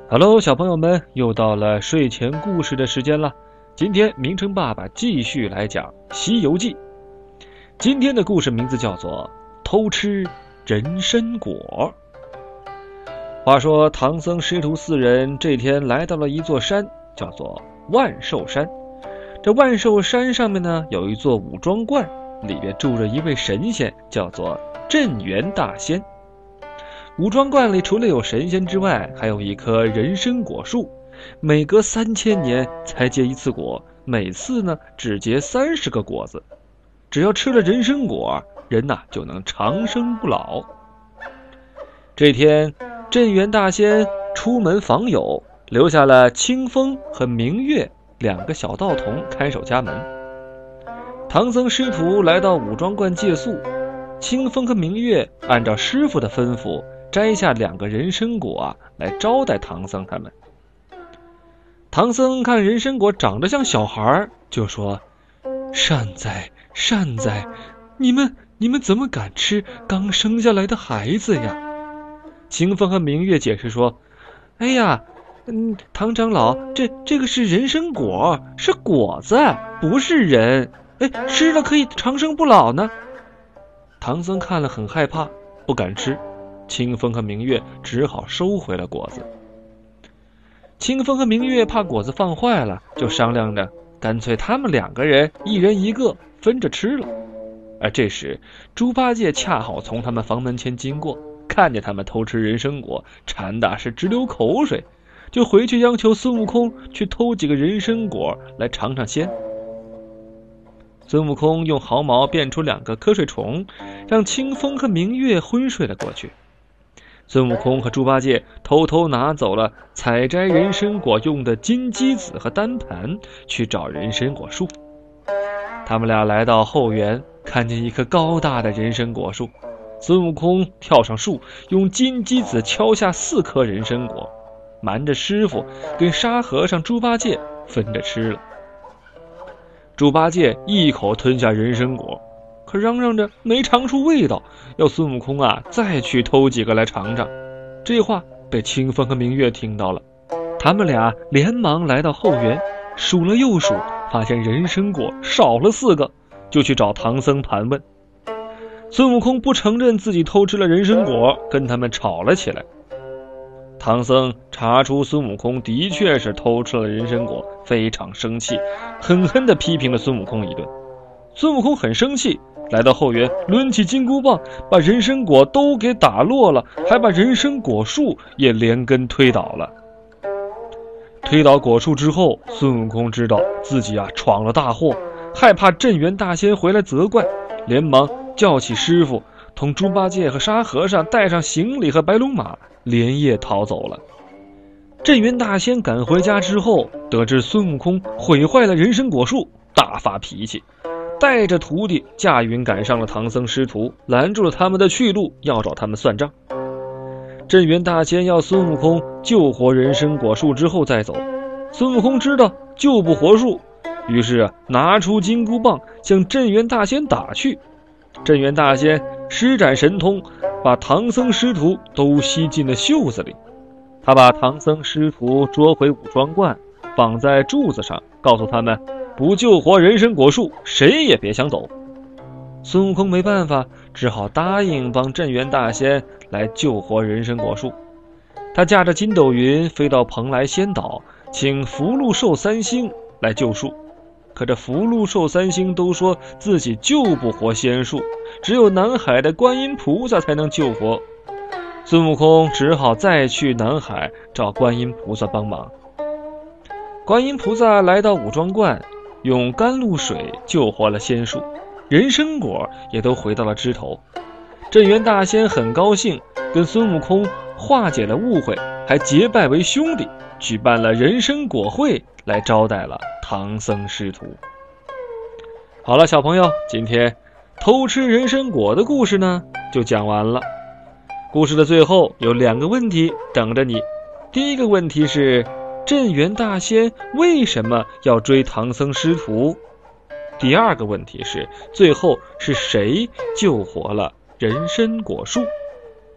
Hello， 小朋友们，又到了睡前故事的时间了。今天明成爸爸继续来讲《西游记》。今天的故事名字叫做偷吃人参果。话说唐僧师徒四人这天来到了一座山，叫做万寿山。这万寿山上面呢，有一座武装观，里边住着一位神仙，叫做镇元大仙。武装观里除了有神仙之外，还有一棵人参果树，每隔3000年才结一次果，每次呢只结30个果子。只要吃了人参果，人就能长生不老。这天，镇元大仙出门访友，留下了清风和明月2个小道童看守家门。唐僧师徒来到武装观借宿，清风和明月按照师傅的吩咐摘下2个人参果来招待唐僧他们。唐僧看人参果长得像小孩，就说：善哉善哉，你们怎么敢吃刚生下来的孩子呀？清风和明月解释说：哎呀，唐长老，这个是人参果，是果子，不是人，吃了可以长生不老呢。唐僧看了很害怕，不敢吃。清风和明月只好收回了果子。清风和明月怕果子放坏了，就商量着干脆他们2个人一人1个分着吃了。而这时猪八戒恰好从他们房门前经过，看见他们偷吃人参果，馋的是直流口水，就回去央求孙悟空去偷几个人参果来尝尝鲜。孙悟空用毫毛变出2个瞌睡虫，让清风和明月昏睡了过去。孙悟空和猪八戒偷偷拿走了采摘人参果用的金鸡子和单盘，去找人参果树。他们俩来到后园，看见一棵高大的人参果树。孙悟空跳上树，用金鸡子敲下4颗人参果，瞒着师傅跟沙和尚、猪八戒分着吃了。猪八戒一口吞下人参果，可嚷嚷着没尝出味道，要孙悟空再去偷几个来尝尝。这话被清风和明月听到了，他们俩连忙来到后园，数了又数，发现人参果少了4个，就去找唐僧盘问。孙悟空不承认自己偷吃了人参果，跟他们吵了起来。唐僧查出孙悟空的确是偷吃了人参果，非常生气，狠狠地批评了孙悟空一顿。孙悟空很生气，来到后园，抡起金箍棒，把人参果都给打落了，还把人参果树也连根推倒了。推倒果树之后，孙悟空知道自己闯了大祸，害怕镇元大仙回来责怪，连忙叫起师傅，同猪八戒和沙和尚带上行李和白龙马，连夜逃走了。镇元大仙赶回家之后，得知孙悟空毁坏了人参果树，大发脾气，带着徒弟驾云赶上了唐僧师徒，拦住了他们的去路，要找他们算账。镇元大仙要孙悟空救活人参果树之后再走，孙悟空知道救不活树，于是拿出金箍棒向镇元大仙打去。镇元大仙施展神通，把唐僧师徒都吸进了袖子里。他把唐僧师徒捉回武装观，绑在柱子上，告诉他们不救活人参果树，谁也别想走。孙悟空没办法，只好答应帮镇元大仙来救活人参果树。他驾着筋斗云飞到蓬莱仙岛，请福禄寿3星来救树。可这福禄寿3星都说自己救不活仙树，只有南海的观音菩萨才能救活。孙悟空只好再去南海找观音菩萨帮忙。观音菩萨来到武装观，用甘露水救活了仙树，人参果也都回到了枝头。镇元大仙很高兴，跟孙悟空化解了误会，还结拜为兄弟，举办了人参果会来招待了唐僧师徒。好了，小朋友，今天偷吃人参果的故事呢就讲完了。故事的最后有2个问题等着你。第一个问题是，镇元大仙为什么要追唐僧师徒？第2个问题是，最后是谁救活了人参果树？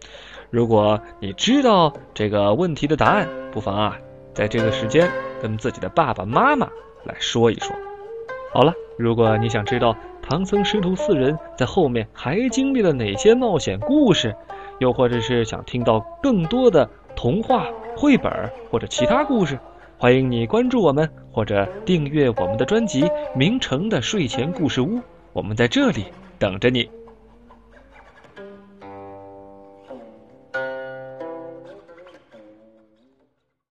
如果你知道这个问题的答案，不妨在这个时间跟自己的爸爸妈妈来说一说。好了，如果你想知道唐僧师徒4人在后面还经历了哪些冒险故事，又或者是想听到更多的童话、绘本或者其他故事，欢迎你关注我们或者订阅我们的专辑《明成的睡前故事屋》，我们在这里等着你。